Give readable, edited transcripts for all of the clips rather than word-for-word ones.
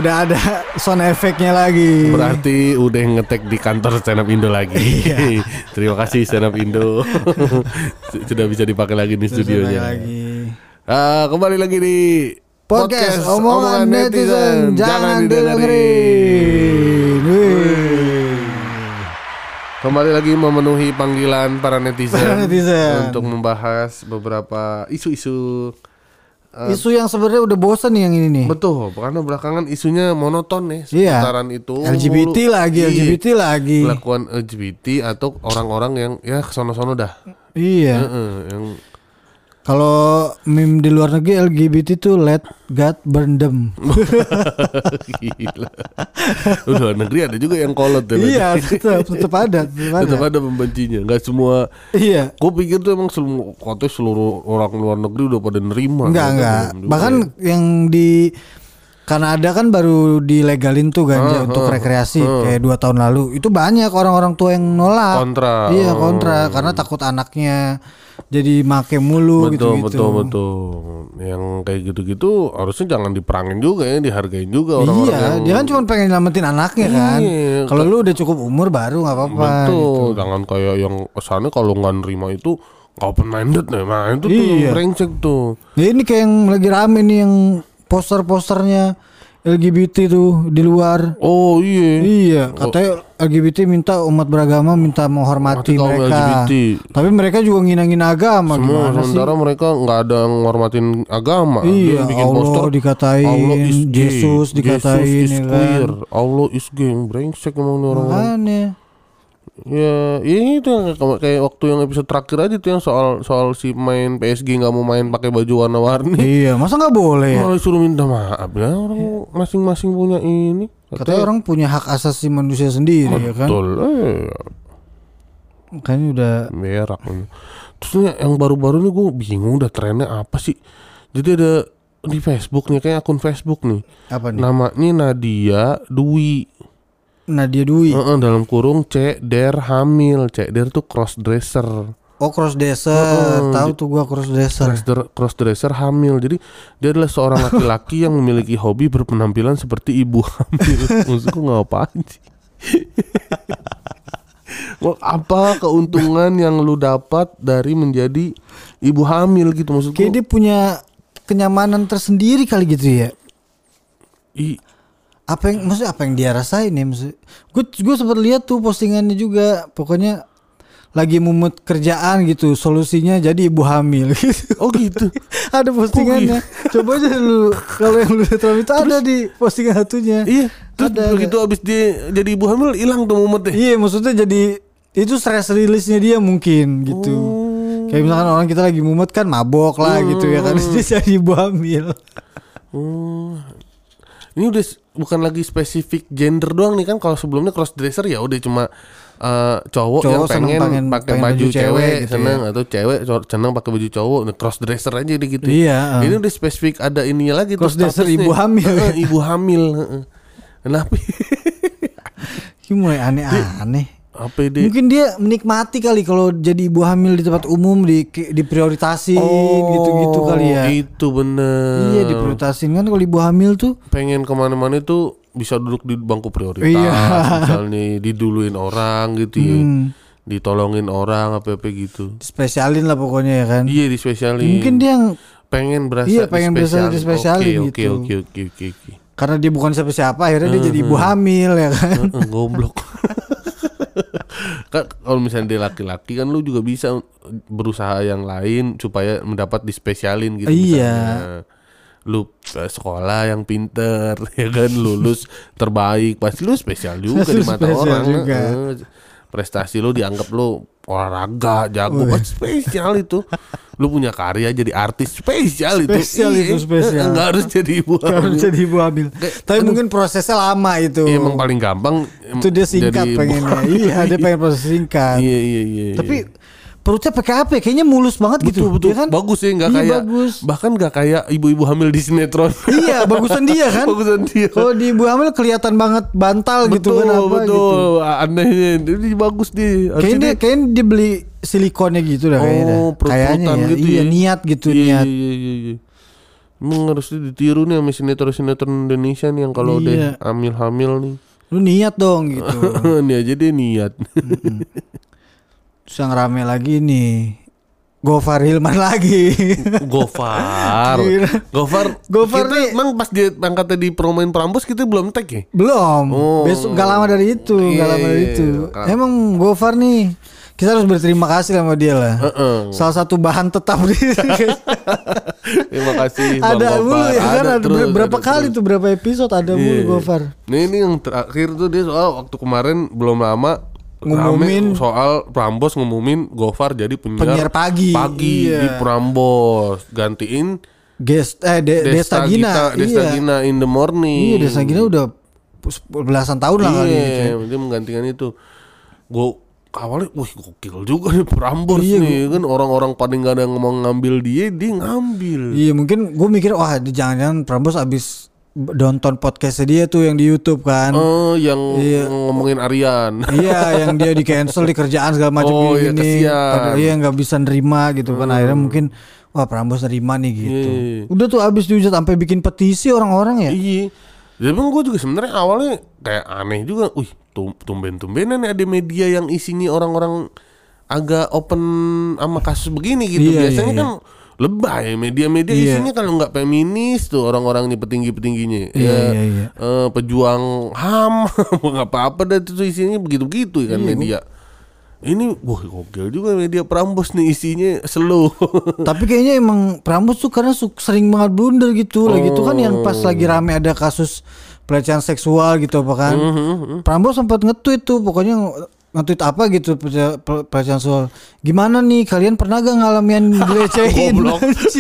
Udah ada sound efeknya lagi. Berarti udah ngetek di kantor Stand Up Indo lagi. Terima kasih Stand Up Indo. Sudah bisa dipakai lagi di studionya. Kembali lagi di podcast omongan netizen. Jangan dengerin. Kembali lagi memenuhi panggilan para netizen untuk membahas beberapa isu-isu yang sebenarnya udah bosan nih yang ini nih. Betul, karena belakangan isunya monoton nih seputaran itu. LGBT lagi. Kelakuan LGBT atau orang-orang yang ya kesono-sono dah. Iya. Yang kalau meme di luar negeri LGBT tuh let God burn them. Gila. Luar negeri ada juga yang kolot ya. Iya, tetap ada pembencinya. Enggak semua. Iya. Gue pikir tuh emang seluruh orang luar negeri udah pada nerima. Enggak. Bahkan yang di Kanada kan baru dilegalin tuh ganja untuk rekreasi kayak 2 tahun lalu. Itu banyak orang-orang tua yang nolak. Kontra. Iya, kontra karena takut anaknya jadi make mulu gitu-gitu. Betul. Yang kayak gitu-gitu harusnya jangan diperangin juga ya, dihargain juga orang-orang. Iya, dia kan cuma pengen nyelamatin anaknya kan. Kalau lu udah cukup umur baru nggak apa-apa. Betul, gitu. Jangan kayak yang kesannya kalau nggak nerima itu open minded nih. Nah itu tuh brengsek tuh. Ya ini kayak yang lagi rame nih yang poster-posternya LGBT tuh di luar. Oh iya. Katanya LGBT minta umat beragama minta menghormati mereka. LGBT. Tapi mereka juga ngina-ngina agama. Semua sementara mereka nggak ada menghormatin agama. Iya. Dia bikin Allah poster, dikatain, Allah is gay, Yesus dikatain, Jesus is ya queer, kan? Allah is gay, brengsek emang nih orang-orang. Makanya. Ya itu yang kayak waktu yang episode terakhir aja tuh yang soal si main PSG nggak mau main pakai baju warna-warni. Iya, masa nggak boleh? Malah suruh minta maaf ya, orang masing-masing punya ini. Katanya orang punya hak asasi manusia sendiri. Betul, ya kan? Betul. Kayaknya udah berak. Terus yang baru-baru nih gue bingung udah trennya apa sih? Jadi ada di Facebook nih, kayak akun Facebook nih. Apa nih? Namanya Nadia Dwi. Dalam kurung Ceder hamil. Ceder tuh cross dresser. Oh, cross dresser. Tahu tuh gua cross dresser. Cross dresser hamil. Jadi dia adalah seorang laki-laki yang memiliki hobi berpenampilan seperti ibu hamil. Maksudku ngapain sih? Apa keuntungan yang lu dapat dari menjadi ibu hamil gitu maksudku? Kayak dia punya kenyamanan tersendiri kali gitu ya. Apa yang dia rasain ya maksud? Gue sempat lihat tuh postingannya juga. Pokoknya lagi mumet kerjaan gitu, solusinya jadi ibu hamil gitu. Oh gitu. Ada postingannya. Coba aja lu kalau yang lu lihat itu ada di postingan satunya. Iya. Terus begitu abis dia jadi ibu hamil hilang tuh mumetnya. Iya, maksudnya jadi itu stress release-nya dia mungkin gitu. Kayak misalkan orang kita lagi mumet kan mabok lah gitu ya kan. Dia jadi ibu hamil. Ini udah bukan lagi spesifik gender doang nih kan. Kalau sebelumnya cross dresser ya udah cuma cowok yang pengen pakai baju cewek gitu seneng ya. Atau cewek seneng pakai baju cowok. Nah, cross dresser aja deh gitu. Iya. Ini udah spesifik ada ininya lagi cross dresser ibu hamil. Ibu hamil. Kenapa? Ini mulai aneh-aneh. APD. Mungkin dia menikmati kali kalau jadi ibu hamil di tempat umum diprioritasin gitu-gitu kali ya. Itu bener. Iya, diprioritasin kan kalau ibu hamil tuh. Pengen kemana-mana tuh bisa duduk di bangku prioritas. Misalnya diduluin orang gitu ya. Ditolongin orang apa-apa gitu. Spesialin lah pokoknya ya kan. Iya, dispesialin. Mungkin dia yang pengen berasa dispesialin gitu. Oke. Karena dia bukan siapa-siapa akhirnya dia jadi ibu hamil ya kan. Goblok. Kan kalau misalnya dia laki-laki kan lu juga bisa berusaha yang lain supaya mendapat dispesialin gitu. Iya. Misalnya lu sekolah yang pinter ya kan, lulus terbaik pasti lu spesial juga di mata orang juga. Prestasi lu dianggap lu olahraga jago pasti spesial itu. Lu punya karya jadi artis spesial itu. Spesial. Enggak harus jadi ibu hamil. Harus jadi ibu hamil. Tapi mungkin prosesnya lama itu. Iya, emang paling gampang. Itu dia singkat pengennya. Iya, dia pengen proses singkat. Iya. Tapi perutnya pakai apa? Kayaknya mulus banget gitu. Betul. Ya kan? Bagus sih, nggak kayak. Bagus. Bahkan nggak kayak ibu-ibu hamil di sinetron. Iya, bagusan dia kan. Kalau di ibu hamil kelihatan banget bantal gitu kan apa gitu. Anehnya, ini bagus deh. Kayaknya dia beli silikonnya gitu dah kayaknya. Kayaknya ya. Gitu iya, ya. niat gitu iya, niat. Iya. Emang harus ditiru nih sama sinetron-sinetron Indonesia nih yang kalau udah hamil-hamil nih. Lu niat dong gitu. Ini aja dia niat. Terus yang rame lagi nih Gofar Hilman lagi. Gofar nih. Emang pas dia angkatnya di promoin Prambors kita belum tag ya? Belum. Besok gak lama dari itu, Emang Gofar nih kita harus berterima kasih sama dia lah. Salah satu bahan tetap dia. Terima kasih Bang ada Gofar. Mulu ya kan ada berapa kali terus. tuh berapa episode ada mulu Gofar. Nah ini yang terakhir tuh dia soal waktu kemarin belum lama ngumumin soal Prambors ngumumin Gofar jadi penyiar pagi di Prambors gantiin Desta Gina in the morning. Iya Desta Gina udah belasan tahun lah kali itu. Dia menggantikan itu. Gue awalnya gokil juga nih Prambors nih kan orang-orang paling gak ada yang mau ngambil dia ngambil. Iya mungkin gue mikir wah jangan-jangan Prambors abis nonton podcastnya dia tuh yang di YouTube kan. Yang ngomongin Aryan. Iya, yang dia di cancel di kerjaan segala macam gini. Padahal dia nggak bisa nerima gitu kan. Akhirnya mungkin wah Prambors nerima nih gitu. Udah tuh abis dihujat sampai bikin petisi orang-orang ya. Iya. Jadi gue juga sebenarnya awalnya kayak aneh juga. Tumben-tumbenan ada media yang isinya orang-orang agak open sama kasus begini gitu. Biasanya kan lebay media-media isinya kalau nggak feminis tuh orang-orang ini petinggi-petingginya pejuang HAM nggak apa-apa dah tuh isinya begitu-begitu kan media. Ini gokil juga media Prambors nih isinya slow. Tapi kayaknya emang Prambors tuh karena sering banget blunder gitu. Lagi itu kan yang pas lagi rame ada kasus pelecehan seksual gitu apa kan. Prambors sempat nge-tweet tuh pokoknya nge-tweet apa gitu pelecehan seksual. Gimana nih kalian pernah gak ngalamin dilecehin? Goblok.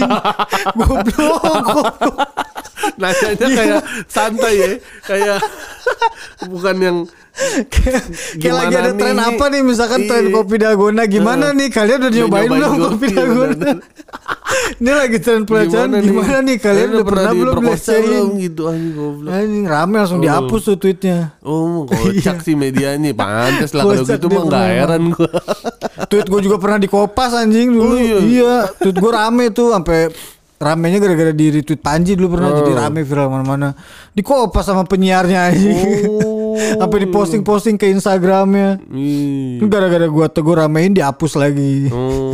Nanyanya kayak santai ya. Kayak bukan yang kayak lagi ada tren apa nih misalkan tren kopi dalgona gimana nih kalian udah nyobain belum kopi dalgona? Ini lagi tren pelecehan gimana nih kalian udah pernah belum dilecehin gitu goblok. Ini rame langsung dihapus tuh tweetnya. Kocak sih medianya pantes lah kalau gitu mah nggak heran gua. Tweet gua juga pernah dikopas anjing dulu. Iya, tweet gua rame tuh sampai ramenya gara-gara di retweet Panji dulu pernah jadi rame viral mana-mana. Dikopas sama penyiarnya anjing. Sampai diposting-posting ke Instagramnya. Gara-gara gua tegur ramein dihapus lagi.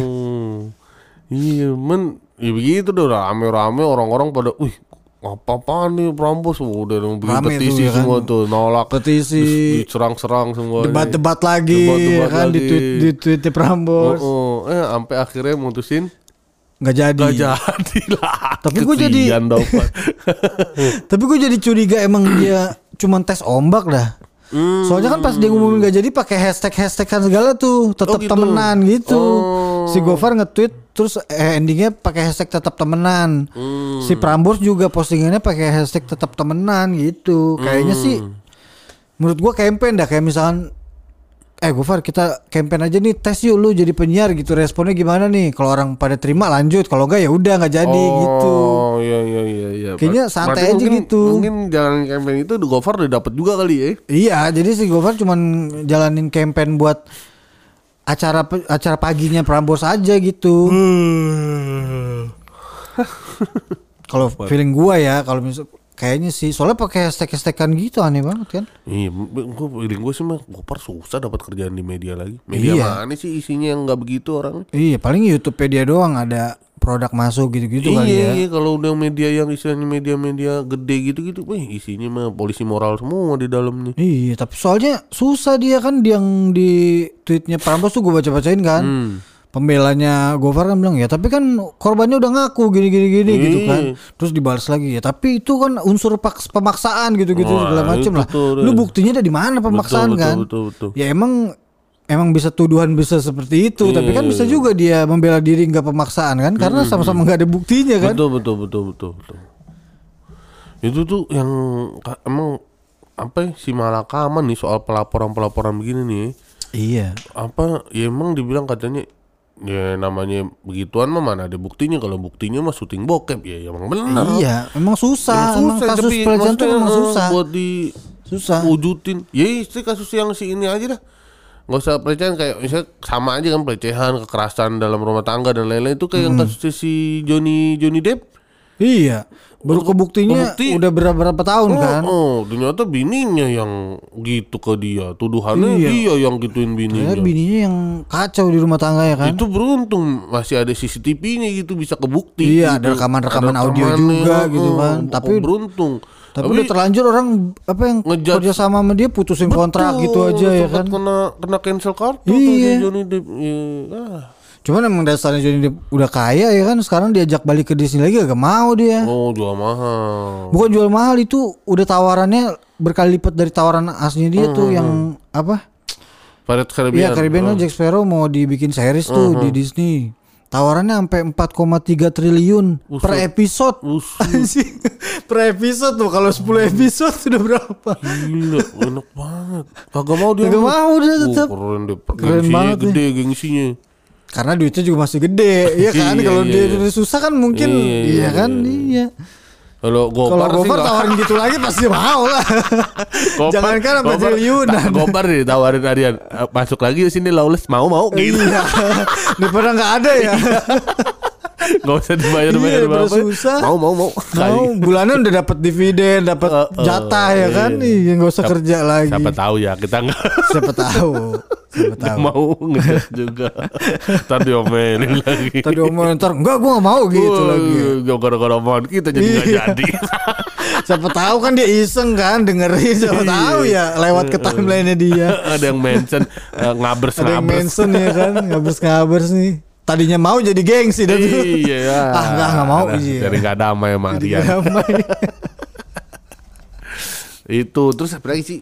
Iya ya begitu deh rame-rame orang-orang pada apa-apaan nih Prambors udah bikin petisi kan? Semua tuh nolak petisi diserang-serang semua debat-debat lagi kan di tweet Prambors sampai akhirnya mutusin nggak jadi lah. Tapi gue jadi curiga emang dia cuman tes ombak dah. Soalnya kan pas dia ngumumin gak jadi pakai hashtag kan segala tuh tetap gitu. Temenan gitu. Si Gofar nge-tweet terus endingnya pakai hashtag tetap temenan. Si Prambors juga postingannya pakai hashtag tetap temenan gitu. Kayaknya sih menurut gua campaign dah kayak misalkan Gofar kita campaign aja nih tes yuk lu jadi penyiar gitu responnya gimana nih kalau orang pada terima lanjut kalau enggak ya udah nggak jadi gitu. Oh iya. Kayaknya santai aja gitu. Mungkin jalan campaign itu Gofar udah dapat juga kali ya. Iya jadi si Gofar cuman jalanin campaign buat acara paginya Prambors aja gitu. Kalau feeling gua ya kalau misal kayaknya sih soalnya pakai hashtag-hashtagan gitu aneh banget kan. Iya, gue sih mah Gofar susah dapat kerjaan di media lagi. Media mana sih isinya yang nggak begitu orang? Iya, paling YouTube dia doang ada produk masuk gitu-gitu kali ya. Iya, kalau udah media yang istilahnya media-media gede gitu-gitu, isinya mah polisi moral semua di dalamnya. Iya, tapi soalnya susah dia kan yang di tweetnya Prambors tuh gue baca-bacain kan. Pembelanya Gofar kan bilang ya tapi kan korbannya udah ngaku gini gitu kan. Terus dibalas lagi ya tapi itu kan unsur pemaksaan gitu-gitu segala macem lah. Lu buktinya ada di mana pemaksaan kan? Betul. Ya emang bisa tuduhan bisa seperti itu tapi kan bisa juga dia membela diri nggak pemaksaan kan karena sama-sama nggak ada buktinya kan. Betul. Itu tuh yang emang apa si malakaman nih soal pelaporan begini nih. Iya. Ya emang dibilang katanya ya namanya begituan mah mana ada buktinya kalau buktinya mah syuting bokep ya emang benar. Iya, emang susah. Emang kasus pelecehan tuh emang susah. Buat wujudin. Ya istri kasus yang si ini aja dah. Nggak usah pelecehan kayak misalnya sama aja kan pelecehan, kekerasan dalam rumah tangga dan lain-lain itu kayak yang kasus si Johnny Depp. Iya. Baru kebuktinya udah berapa tahun kan. Ternyata bininya yang gitu ke dia. Tuduhannya dia yang gituin bininya. Ternyata bininya yang kacau di rumah tangga ya kan. Itu beruntung masih ada CCTV-nya gitu bisa kebukti. Iya, gitu. ada rekaman audio juga gitu kan. Tapi beruntung. Tapi udah terlanjur orang apa yang kerja sama dia putusin kontrak gitu aja ya kan. Kena cancel kartu iya. tuh Johnny Depp. Cuman emang dasarnya Johnny Depp udah kaya ya kan, sekarang diajak balik ke Disney lagi gak mau dia. Oh, jual mahal. Bukan jual mahal, itu udah tawarannya berkali lipat dari tawaran aslinya dia tuh yang apa? Pirates Caribbean. Iya, Caribbean kan Jack Sparrow mau dibikin series tuh di Disney. Tawarannya sampai 4,3 triliun per episode. Per episode tuh, kalau 10 episode sudah berapa? Gila, enak banget. Kagak mau dia. Kagak mau dia tetap. Keren banget gede gengsinya. Karena duitnya juga masih gede, ya kan? Kalau dia susah kan mungkin, iya kan? Iya. Kalau Gopar tawarin gitu lagi pasti mau lah. Jangankan sampai triliunan. Gopar nih tawarin Aryan masuk lagi sini Lawless mau gitu. Iya. Daripada nggak ada ya. Gak usah dibayar apa. Susah. Mau. Bulanan udah dapat dividen, dapat jatah ya kan? Iya, nggak usah kerja lagi. Siapa tahu ya kita nggak. Siapa tahu. Gak mau ngejas juga. Ntar diomelin lagi. Ntar enggak gue gak mau gitu lagi. Gara-gara omongan kita jadi gak jadi. Siapa tahu kan dia iseng kan dengerin. Siapa tahu ya lewat ke timeline-nya dia. Ada yang mention ngabers. Ada yang mention ya kan. Ngabers nih. Tadinya mau jadi gengsi dan iya. Enggak mau dari gak damai sama Aryan. Itu terus apa lagi sih?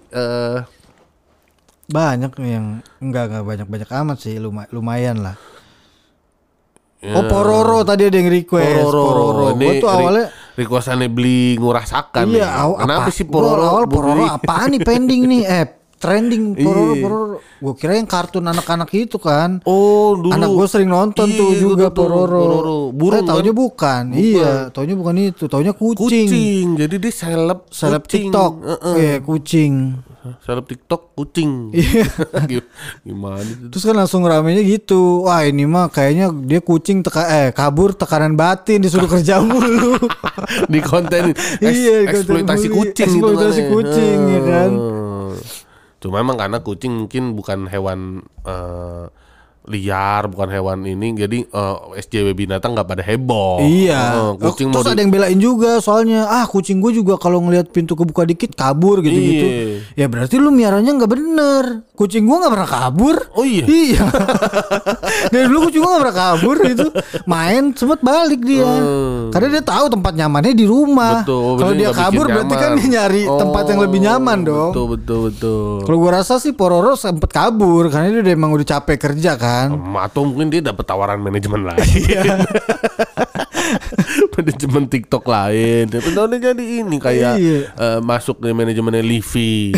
Banyak yang enggak banyak amat sih, lumayan lah. Oh, Pororo tadi ada yang request. Pororo. Gue tuh awalnya requestannya beli ngurasakan. Iya, kenapa sih Pororo? Pororo apaan nih pending nih? Trending Pororo. Gue kira yang kartun anak-anak itu kan. Oh, dulu. Anak gue sering nonton tuh juga Pororo. Burung taunya bukan. Iya, taunya bukan itu. Taunya kucing. Jadi dia seleb TikTok. Iya, kucing. Seleb TikTok kucing. Gimana itu? Terus kan langsung ramenya gitu. Wah, ini mah kayaknya dia kucing kabur tekanan batin, disuruh kerja mulu. Di konten eksploitasi kucing gitu kan. Eksploitasi kucing ya kan. Cuma emang karena kucing mungkin bukan hewan liar, bukan hewan ini, jadi SJW binatang nggak pada heboh. Iya. Kucing terus ada yang belain juga soalnya kucing gue juga kalau ngelihat pintu kebuka dikit kabur gitu-gitu. Ya berarti lu miaranya nggak bener. Kucing gue nggak pernah kabur. Oh iya. Iya. Dari dulu kucing gue nggak pernah kabur itu. Main sempet balik dia. Karena dia tahu tempat nyamannya di rumah. Kalau dia kabur berarti kan dia nyari tempat yang lebih nyaman dong. Betul. Kalau gue rasa sih Pororo sempet kabur karena dia emang udah capek kerja kan. Atau mungkin dia dapat tawaran manajemen lain. Manajemen TikTok lain. Tapi udah jadi ini kayak masuk di manajemennya Livi.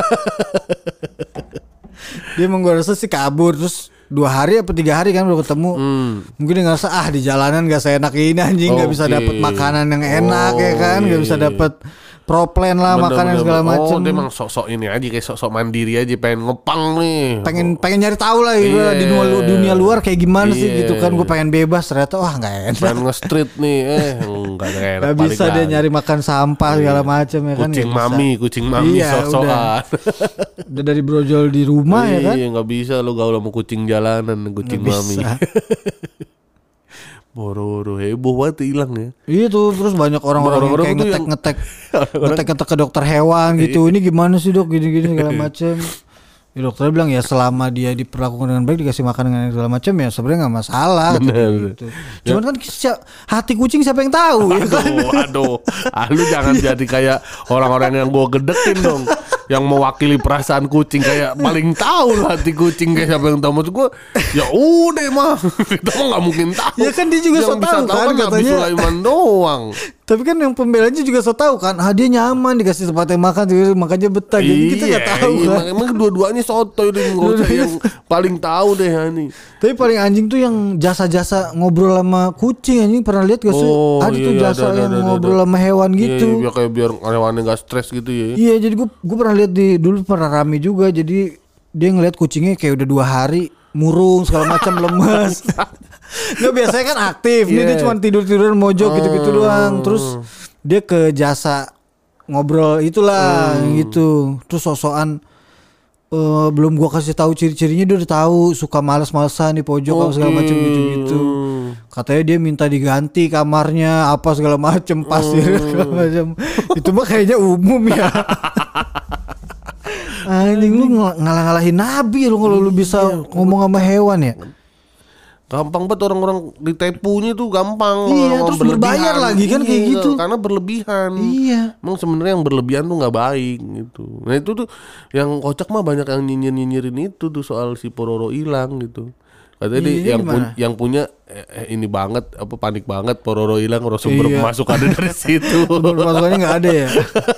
Dia emang gue rasa sih kabur. Terus 2 hari apa 3 hari kan udah ketemu. Mungkin dia ngerasa di jalanan gak seenak ini anjing. Gak bisa dapet makanan yang enak ya kan. Gak bisa dapet proplan lah, makanan segala macam. Oh, dia emang sok-sok ini aja, kayak sok-sok mandiri aja, pengen ngepang nih. Pengen nyari tahu lah gitu, di dunia luar kayak gimana sih gitu kan. Gue pengen bebas, ternyata nggak enak. Pengen nge-street nih, nggak enak. Gak bisa dia nyari makan sampah segala macam ya kan. Kucing mami sok-sokan. Udah dari brojol di rumah ya kan. Iya, nggak bisa lo gaul sama kucing jalanan, kucing mami. Pororo heboh banget hilang ya. Iya tuh, terus banyak orang-orang yang kayak ngetek ke dokter hewan gitu. Ini gimana sih dok, gini-gini segala macem. Ya dokternya bilang ya selama dia diperlakukan dengan baik, dikasih makan dengan segala macam ya sebenarnya nggak masalah. Gitu. Cuman kan hati kucing siapa yang tahu? Aduh, lu jangan jadi kayak orang-orang yang gua gedekin dong, yang mewakili perasaan kucing, kayak paling tahu hati kucing kayak siapa yang tahu. Maksud gua ya udah mah kita mah nggak mungkin tahu. Ya kan dia juga so tahu kan katanya. Sulaiman doang. Tapi kan yang pembelanya juga so tahu kan, dia nyaman dikasih tempat yang makan, makanya betah. Jadi kita nggak tahu kan. Emang dua-duanya sotoy deh, yang paling tahu deh ini. Tapi paling anjing tuh yang jasa-jasa ngobrol sama kucing. Anjing pernah lihat gak sih? Ada tuh jasa yang ngobrol sama hewan gitu. Iya, kayak biar hewannya nggak stres gitu ya. Iya, jadi gue pernah lihat dulu pernah rame juga. Jadi dia ngeliat kucingnya kayak udah 2 hari murung segala macam lemes. Nggak, biasanya kan aktif. Ini dia cuma tidur-tiduran mojok gitu-gitu doang. Terus dia ke jasa ngobrol itulah gitu. Terus sosokan belum gua kasih tahu ciri-cirinya dia udah tahu, suka malas-malasan di pojok segala macam gitu-gitu. Katanya dia minta diganti kamarnya apa segala macam, pasir segala macam. Itu mah kayaknya umum ya. Anjing, lu ngalah-ngalahin nabi lu kalau lu bisa ngomong sama hewan ya. Gampang banget orang-orang ditepunya tuh gampang. Iya, terus berbayar lagi kan kayak gitu. Karena berlebihan. Iya. Emang sebenarnya yang berlebihan tuh nggak baik gitu. Nah itu tuh yang kocak mah banyak yang nyinyirin itu tuh soal si Pororo hilang gitu. Katanya yang punya ini banget apa panik banget Pororo hilang, sumber pemasukannya dari situ. Sumber pemasukannya nggak ada ya.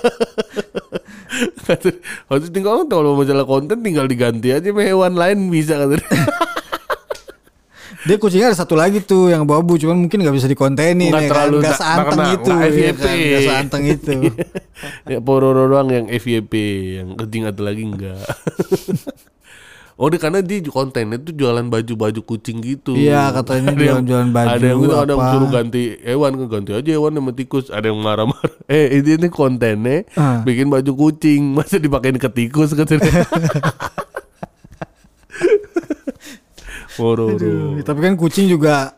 Harus tinggal kalau masalah konten tinggal diganti aja sama hewan lain bisa katanya. Dia kucingnya ada satu lagi tuh yang abu-abu, cuman mungkin nggak bisa dikontenin ya kan, nggak seanteng itu, nggak seanteng itu. Ya Pororo doang yang FYP, yang kucing atau lagi enggak. Oh, karena dia kontennya tuh jualan baju-baju kucing gitu. Iya, katanya jualan baju. Ada yang suruh ganti hewan, ganti aja hewan sama tikus. Ada yang marah-marah. Ini kontennya bikin baju kucing, masa dipakein ke tikus katanya. Aduh, tapi kan kucing juga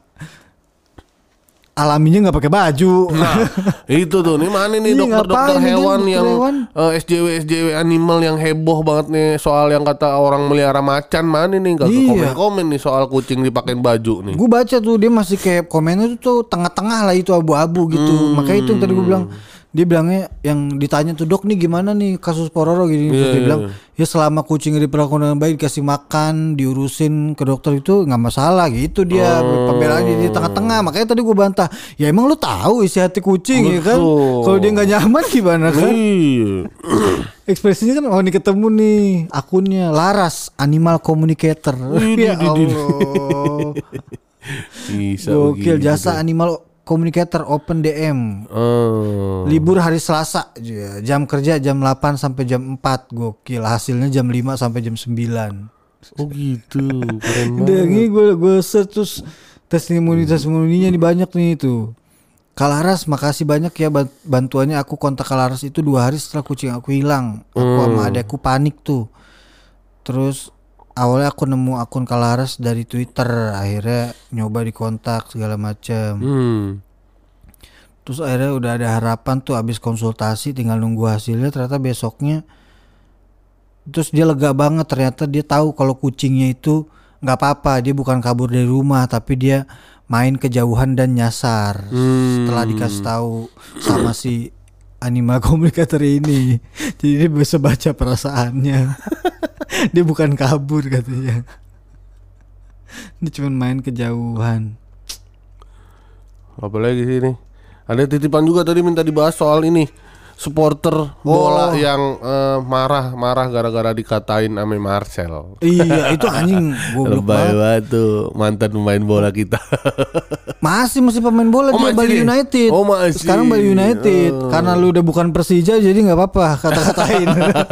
alaminya nggak pakai baju. Nah, itu tuh nih mana nih dokter-dokter hewan yang SJW animal yang heboh banget nih soal yang kata orang melihara macan, mana nih nggak komen-komen nih soal kucing dipakein baju nih. Gue baca tuh dia masih kayak komennya tuh tengah-tengah lah, itu abu-abu gitu. Makanya itu yang tadi gue bilang, dia bilangnya yang ditanya tuh, dok nih gimana nih kasus Pororo gini. Dia bilang ya selama kucing diperlakukan dengan baik, dikasih makan, diurusin ke dokter itu nggak masalah gitu. Dia pembelaannya di tengah-tengah. Makanya tadi gue bantah, ya emang lu tahu isi hati kucing ya kan, kalau dia nggak nyaman gimana kan. Ekspresinya kan, oh ini ketemu nih akunnya Laras Animal Communicator. Ya Allah, gokil, jasa animal Communicator open DM. Libur hari Selasa, jam kerja jam 8 sampai jam 4. Gokil, hasilnya jam 5 sampai jam 9. Oh gitu, keren banget. Udah ini gue search terus testimoni-testimoninya nih banyak nih itu. Kalaras, makasih banyak ya bantuannya. Aku kontak Kalaras itu 2 hari setelah kucing aku hilang. Aku sama adekku panik tuh. Terus awalnya aku nemu akun Kalaras dari Twitter, akhirnya nyoba dikontak segala macam. Terus akhirnya udah ada harapan tuh, abis konsultasi tinggal nunggu hasilnya. Ternyata besoknya, terus dia lega banget. Ternyata dia tahu kalau kucingnya itu nggak apa-apa, dia bukan kabur dari rumah, tapi dia main kejauhan dan nyasar. Setelah dikasih tahu sama si animal communicator ini, jadi dia bisa baca perasaannya. Dia bukan kabur katanya, dia cuma main kejauhan. Apalagi sih ini, ada titipan juga tadi minta dibahas soal ini, supporter bola yang marah gara-gara dikatain ame Marcel. Iya, itu anjing goblok banget tuh, mantan pemain bola kita. Masih pemain bola dia Bali United. Sekarang Bali United. Karena lu udah bukan Persija jadi nggak apa-apa kata-katain.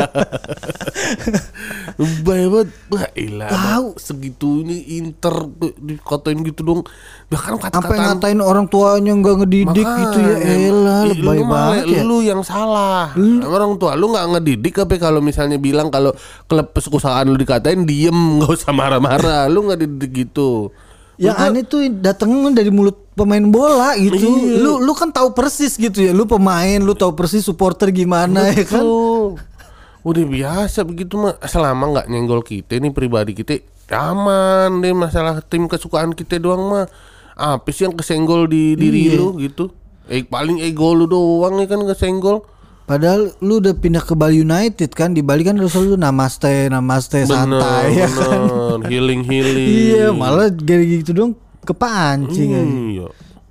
Banget, tahu segitu ini Inter dikatain gitu dong. Bahkan sampai ngatain orang tuanya nggak ngedidik gitu ya. Elah, lebay banget ya. Lu yang salah. Orang tua lu nggak ngedidik, tapi kalau misalnya bilang kalau klub kesusahan lu dikatain, diem, nggak usah marah-marah. Lu nggak dididik gitu. Yang aneh tuh datengnya dari mulut pemain bola gitu. Iya. Lu kan tahu persis gitu ya. Lu pemain, lu tahu persis supporter gimana. Betul. Ya kan. Udah biasa begitu mah, selama nggak nyenggol kita nih pribadi kita aman deh. Masalah tim kesukaan kita doang mah, apa sih yang kesenggol di diri lu gitu. Paling ego lu doang nih kan kesenggol. Padahal lu udah pindah ke Bali United kan. Di Bali kan udah selalu namaste santai ya kan. Healing. Iya, malah gini gitu dong kepancing aja. Iya.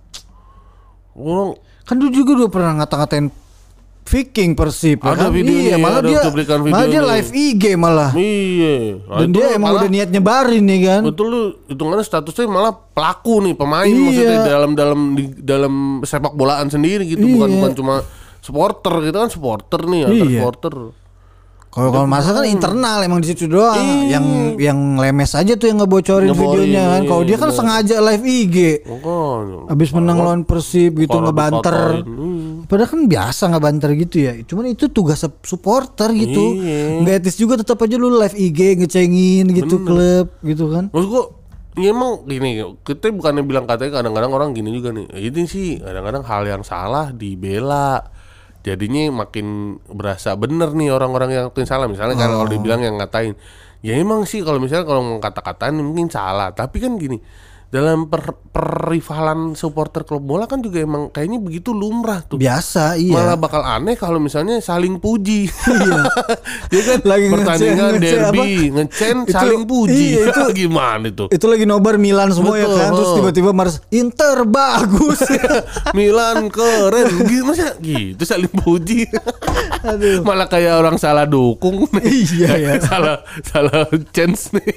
Kan lu juga udah pernah ngata-ngatain Viking Persib ada kan? Videonya, malah dia live IG malah. Iya. Dan dia emang udah niat nyebarin nih kan. Betul, lu hitungannya statusnya malah pelaku nih, pemain maksudnya dalam sepak bolaan sendiri gitu, bukan cuma supporter gitu kan, supporter nih, antar supporter. Kalau Marcel kan internal emang di situ doang. Yang lemes aja tuh yang ngebocorin videonya kan. Kalau dia kan sengaja live IG. Abis menang lawan Persib gitu ngebanter. Padahal kan biasa ngebanter gitu ya. Cuman itu tugas supporter gitu. Nggak etis juga tetap aja lu live IG ngecengin gitu klub gitu kan. Maksud gua ya emang gini, kita bukannya bilang katanya kadang-kadang orang gini juga nih. Ini sih kadang-kadang hal yang salah dibela. Jadinya makin berasa bener nih orang-orang yang ngatain salah. Misalnya kalau dibilang yang ngatain, ya emang sih kalau misalnya kalau mau kata-katain mungkin salah. Tapi kan gini, dalam perivalan supporter klub bola kan juga emang kayaknya begitu lumrah tuh. Biasa, iya. Malah bakal aneh kalau misalnya saling puji. Iya. Ya kan lagi pertandingan derby, ngecen saling puji. Iya, itu gimana itu? Itu lagi nobar Milan semua. Betul, ya kan. Terus tiba-tiba Mars Inter bagus. Milan keren. Masa gitu saling puji. Aduh. Malah kayak orang salah dukung. Iya ya. salah chance nih.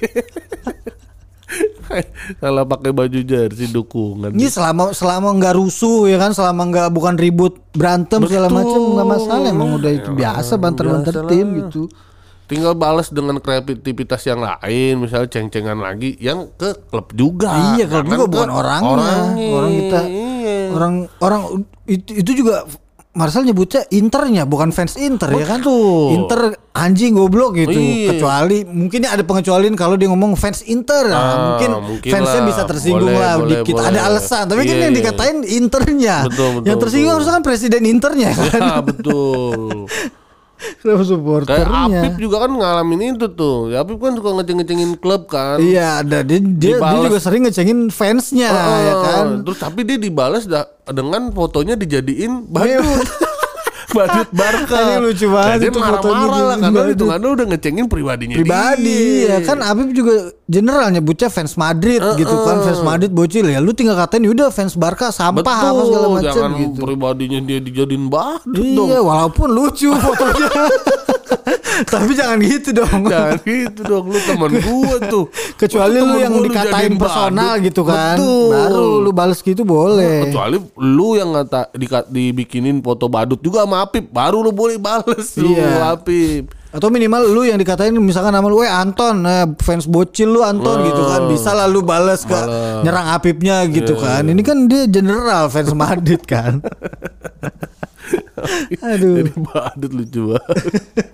Kalau pakai baju jersey dukungan. Ini selama nggak rusuh ya kan, selama nggak bukan ribut berantem segala macam nggak masalah. Emang udah itu biasa banter-banter tim gitu. Tinggal balas dengan kreativitas yang lain, misalnya ceng-cengan lagi yang ke klub juga. Iya, klub juga bukan orangnya. Orang kita orang itu juga. Marcel nyebutnya Internya, bukan fans Inter. Betul. Ya kan Inter anjing goblok gitu. Kecuali mungkinnya ada pengecualian kalau dia ngomong fans Inter. Mungkin fansnya bisa tersinggung dikit. Boleh. Ada alasan. Tapi kan yang dikatain Internya. Betul, yang tersinggung harusnya kan presiden Internya kan. Ya betul. Kenapa supporternya? Kayak Apip juga kan ngalamin itu tuh. Ya, Apip kan suka ngeceng-ngecengin klub kan. Iya, ada dia juga sering ngecengin fansnya ya kan. Terus tapi dia dibalas dengan fotonya dijadiin badut. Badut Barca. Ini lucu banget. Dia marah-marah lah karena itu kan udah ngecengin pribadi ya kan. Apip juga general nyebutnya fans Madrid gitu kan. Fans Madrid bocil ya. Lu tinggal katain udah fans Barca sampah apa segala macam gitu. Jangan pribadinya dia dijadiin badut dong. Iya, walaupun lucu fotonya. Tapi jangan gitu dong. Jangan gitu dong, lu teman gua tuh. Kecuali lu yang dikatain personal gitu kan. Betul. Baru lu balas gitu boleh. Kecuali lu yang dibikinin foto badut juga sama Apip, baru lu boleh balas lu Apip. Atau minimal lu yang dikatain misalkan nama lu Anton, fans bocil lu Anton gitu kan. Bisa lah lu balas ke nyerang Apipnya gitu kan. Ini kan dia general fans Madrid kan. Aduh. Jadi badut lucu banget.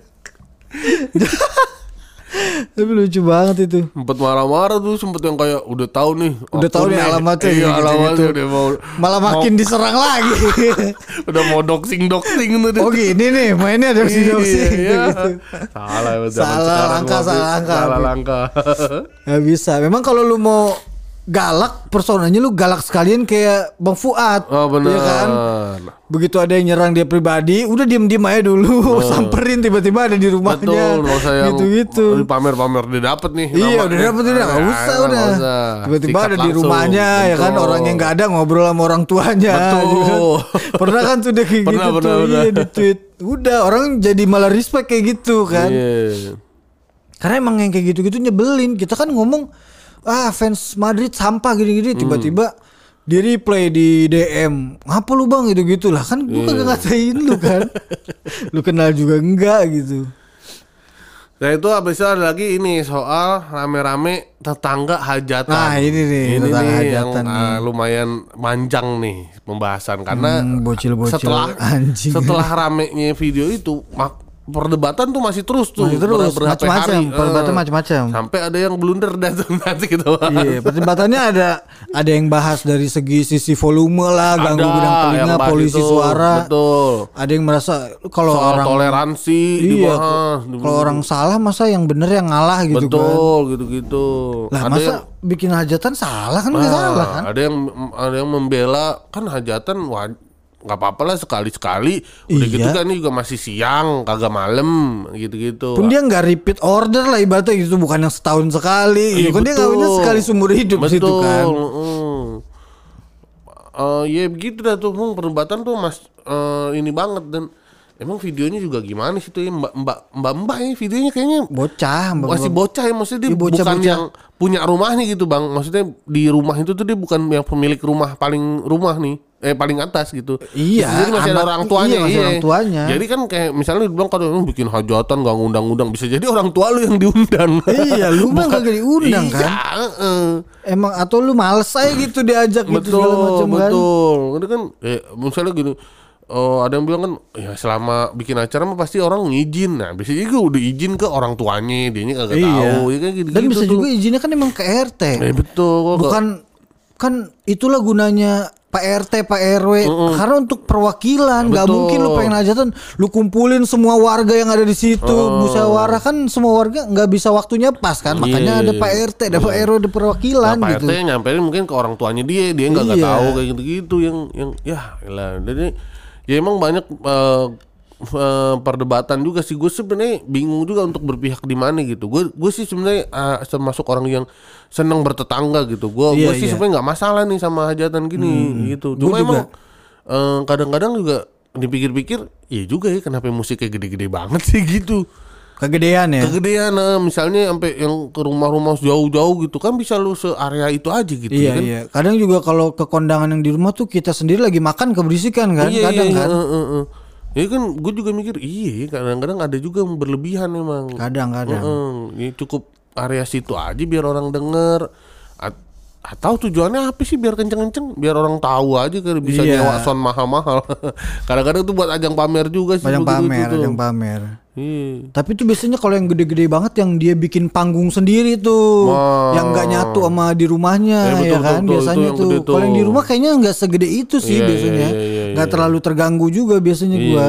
Tapi lucu banget itu. Sempet marah-marah tuh, sempet yang kayak udah tahu nih alamatnya gitu, alamatnya udah malah makin diserang lagi. Udah mau doxing tuh. Oh gini nih mainnya doxing gitu. Salah langkah. Gak bisa. Memang kalau lu mau galak personanya lu galak sekalian kayak Bang Fuad. Oh benar. Ya kan? Begitu ada yang nyerang dia pribadi, udah diem-diem aja dulu, samperin tiba-tiba ada di rumahnya. Betul, gitu. Pamer-pamer dia dapet nih. Iya, udah dapet udah, enggak usah udah. Tiba-tiba ada di rumahnya ya kan, orang yang enggak ada ngobrol sama orang tuanya. Betul. Pernah kan tuh dia kayak gitu tuh, iya di tweet. Udah orang jadi malah respect kayak gitu kan. Iya. Karena emang yang kayak gitu-gitu nyebelin. Kita kan ngomong fans Madrid sampah gini-gini, tiba-tiba di replay di DM ngapa lu bang gitu lah kan gue kagak ngatain lu kan. Lu kenal juga enggak gitu. Nah itu habis itu ada lagi ini soal rame-rame tetangga hajatan. Nah ini nih hajatan yang lumayan panjang nih pembahasan karena bocil-bocil setelah ramenya video itu perdebatan tuh masih terus macam-macam perdebatan macam-macam sampai ada yang blunder dan nanti kita bahas. Iya, perdebatannya ada yang bahas dari sisi volume lah, ganggu gudang telinga, polusi suara. Betul. Ada yang merasa kalau orang toleransi dibahas. Kalau orang salah masa yang bener yang ngalah gitu. Betul, gitu-gitu. Lah ada masa bikin hajatan salah kan enggak salah kan? Ada yang membela kan hajatan nggak apa-apa lah sekali-sekali. Udah gitu kan ini juga masih siang, kagak malam gitu-gitu. Pun dia nggak repeat order lah ibaratnya gitu, bukan yang setahun sekali. Gitu kan dia kawinnya sekali seumur hidup situ kan. Ya begitu dah tuh perdebatan tuh ini banget. Dan emang videonya juga gimana sih tuh ya mbak ya videonya kayaknya masih bocah ya, maksudnya dia bukan yang punya rumahnya gitu bang. Maksudnya di rumah itu tuh dia bukan yang pemilik rumah paling rumah nih. paling atas gitu. Iya. Jadi masih ada orang tuanya. Iya, masih orang tuanya. Jadi kan kayak misalnya dibilang kalau lu bikin hajatan gak ngundang-undang, bisa jadi orang tua lu yang diundang. Iya, lu mah gak diundang kan. Emang atau lu males aja gitu diajak gitu segala macam kan. Betul. Itu kan misalnya gini, ada yang bilang kan ya selama bikin acara mah pasti orang ngizin. Nah bisa juga udah izin ke orang tuanya, dianya kagak tahu ya kan gitu. Dan bisa juga izinnya kan emang ke RT. Betul. Bukan kan itulah gunanya Pak RT, Pak RW karena untuk perwakilan. Nggak mungkin lu pengen hajatan lu kumpulin semua warga yang ada di situ, musyawarah kan semua warga nggak bisa waktunya pas kan. Makanya ada Pak RT, ada Pak RW, ada perwakilan Pak gitu. RT nyamperin mungkin ke orang tuanya dia nggak tahu kayak gitu-gitu yang ya elah. Jadi ya emang banyak perdebatan juga sih. Gue sebenarnya bingung juga untuk berpihak di mana gitu. Gue sih sebenarnya termasuk orang yang senang bertetangga gitu. Gue sih sebenarnya nggak masalah nih sama hajatan gini gitu. Cuma emang kadang-kadang juga dipikir-pikir, iya juga ya kenapa musiknya gede-gede banget sih gitu. Kegedean ya. Kegedean misalnya sampai yang ke rumah-rumah jauh-jauh gitu kan bisa lu se-area itu aja gitu iya, kan. Iya. Kadang juga kalau ke kondangan yang di rumah tuh kita sendiri lagi makan keberisikan kan. Kadang kan. Ya kan gue juga mikir iya kadang-kadang ada juga yang berlebihan emang. Kadang-kadang. Ya cukup area situ aja biar orang denger. Atau tujuannya apa sih biar kenceng-kenceng, biar orang tahu aja kan bisa nyewa sound mahal-mahal. Kadang-kadang tuh buat ajang pamer juga sih. Ajang pamer. Iya. Tapi itu biasanya kalau yang gede-gede banget yang dia bikin panggung sendiri tuh, yang nggak nyatu sama di rumahnya ya kan biasanya tuh. Kalau yang di rumah kayaknya nggak segede itu sih biasanya, nggak terlalu terganggu juga biasanya gua.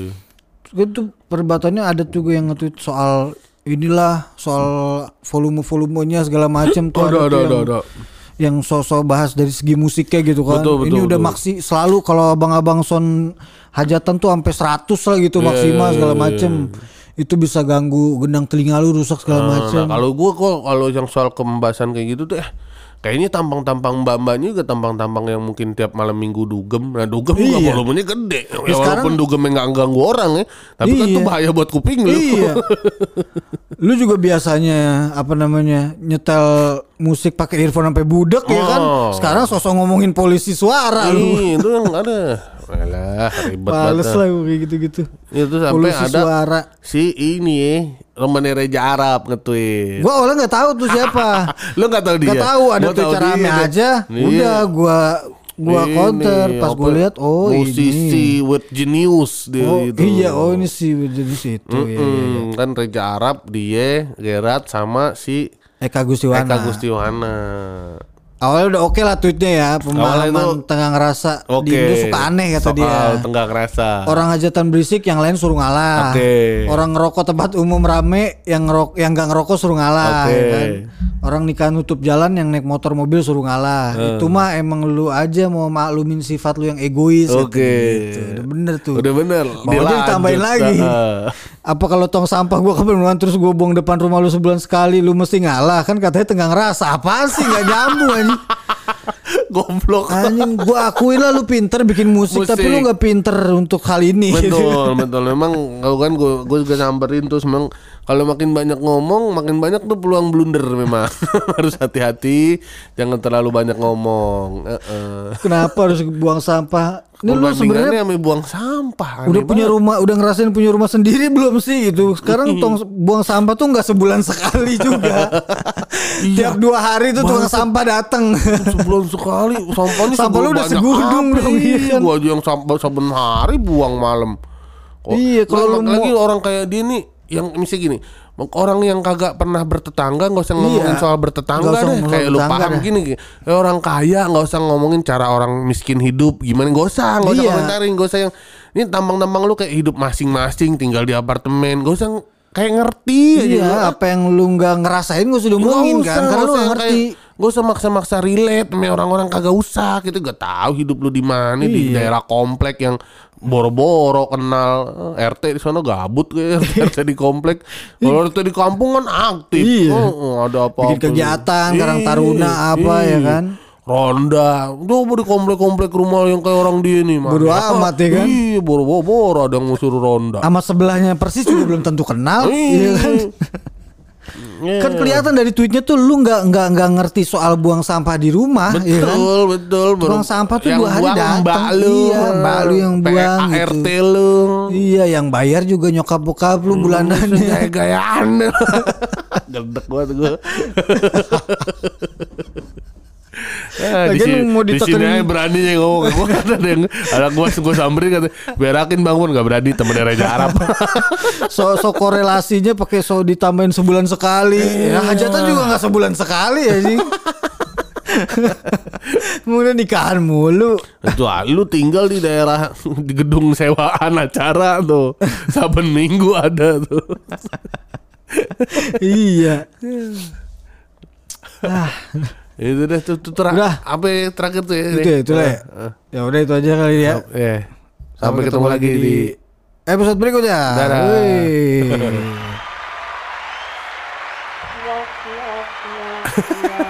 Itu perdebatannya ada juga yang nge-tweet soal inilah soal volume-volumenya segala macam tuh ada. Yang sosok bahas dari segi musiknya gitu kan. Ini udah maksi selalu kalau abang-abang sound hajatan tuh sampai 100 lah gitu maksimal segala macem. Itu bisa ganggu gendang telinga lu rusak segala macem. Nah, kalau gua kalau yang soal pembahasan kayak gitu tuh kayaknya tampang-tampang mbak-mbaknya juga tampang-tampang yang mungkin tiap malam minggu dugem. Nah dugem juga volumenya gede. Ya, walaupun dugemnya nggak ganggu orang ya, tapi kan tuh bahaya buat kuping lu. Iya. Lu juga biasanya nyetel musik pakai earphone sampai budek ya kan. Sekarang sosok ngomongin polisi suara lu. Itu yang ada. Alah, ribet banget. Males lah kayak gitu-gitu. Itu sampai polisi ada suara. Si ini Romannya Reja Arab nge-tweet. Gua awalnya nggak tahu tuh siapa. Lu nggak tahu dia? Nggak tahu, ada tuh cara rame aja. Udah gua counter pas gua lihat musisi ini. with genius dia itu. Iya, ini si with genius itu. Iya. Kan Reja Arab dia Gerat sama si Eka Gustiwana. Awalnya udah oke lah tweetnya ya, pemahaman tengah ngerasa di Indo suka aneh kata dia. Tengah ngerasa. Orang hajatan berisik yang lain suruh ngalah. Orang ngerokok tempat umum rame yang nggak ngerokok suruh ngalah. Ya kan? Orang nikah nutup jalan yang naik motor mobil suruh ngalah. Itu mah emang lu aja mau maklumin sifat lu yang egois. Gitu. Udah bener tuh. Udah bener. Mau aja ditambahin lagi. Apa kalau tong sampah gua kebenuan terus gua buang depan rumah lu sebulan sekali lu mesti ngalah kan katanya tengah ngerasa apaan sih nggak nyambung anjing. Goblok anjing, gua akuin lah lu pinter bikin musik. Tapi lu nggak pinter untuk hal ini. Betul memang kan gua juga samperin tuh memang kalau makin banyak ngomong makin banyak tuh peluang blunder memang. Harus hati-hati jangan terlalu banyak ngomong. Kenapa harus buang sampah? Ini lu sebenarnya buang sampah. Udah punya rumah, udah ngerasain punya rumah sendiri belum sih gitu. Sekarang tong buang sampah tuh nggak sebulan sekali juga. Tiap 2 hari tuh tukang sampah datang. Sebulan sekali. Sampah lu udah segudung dong. Gua aja yang sampah saben hari buang malam. Iya, kalau lagi orang kayak dia nih yang misalnya gini, orang yang kagak pernah bertetangga nggak usah ngomongin soal bertetangga deh. Kayak lu paham gini, orang kaya nggak usah ngomongin cara orang miskin hidup gimana, nggak usah komentarin, nggak usah yang ini tampang-tampang lu kayak hidup masing-masing tinggal di apartemen, nggak usah kayak ngerti aja. Apa yang lu nggak ngerasain nggak usah diomongin kan, karena lu nggak ngerti. Gak usah maksa-maksa relate sama orang-orang kagak usah gitu. Gak tahu hidup lu di mana di daerah komplek yang boro-boro kenal RT di sana gabut kayak RT di komplek. Kalau RT di kampung kan aktif. Ada apa-apa. Bikin kegiatan, Karang Taruna apa ya kan. Ronda. Coba di komplek-komplek rumah yang kayak orang dia nih. Bodo amat ya kan. Iya, boro-boro ada yang mau suruh ronda. Sama sebelahnya persis juga belum tentu kenal. Iya kan. Kan kelihatan dari tweetnya tuh lu nggak ngerti soal buang sampah di rumah. Betul, ya kan? Betul. Buang sampah tuh yang 2 hari datang. Mbak lu, iya, mbak lu yang buang ART gitu. lu. Iya, yang bayar juga nyokap bokap lu bulanannya. Gaya-gayaan. Gerdek banget gue. Di sini aja berani ngomong. Gue kata ada gue samperin kata berakin bangun, gak berani temennya Raja Arab. so korelasinya pakai ditambahin sebulan sekali. Ya, hajatan juga nggak sebulan sekali ya sih. Kemudian nikahan mulu. Itu lu tinggal di daerah di gedung sewaan acara tuh. Saben minggu ada tuh. Iya. Itu deh tuh apa terakhir tuh ya. Itu lah ya. Ya udah itu aja kali ya. Sampai ketemu lagi di episode berikutnya. Dadah.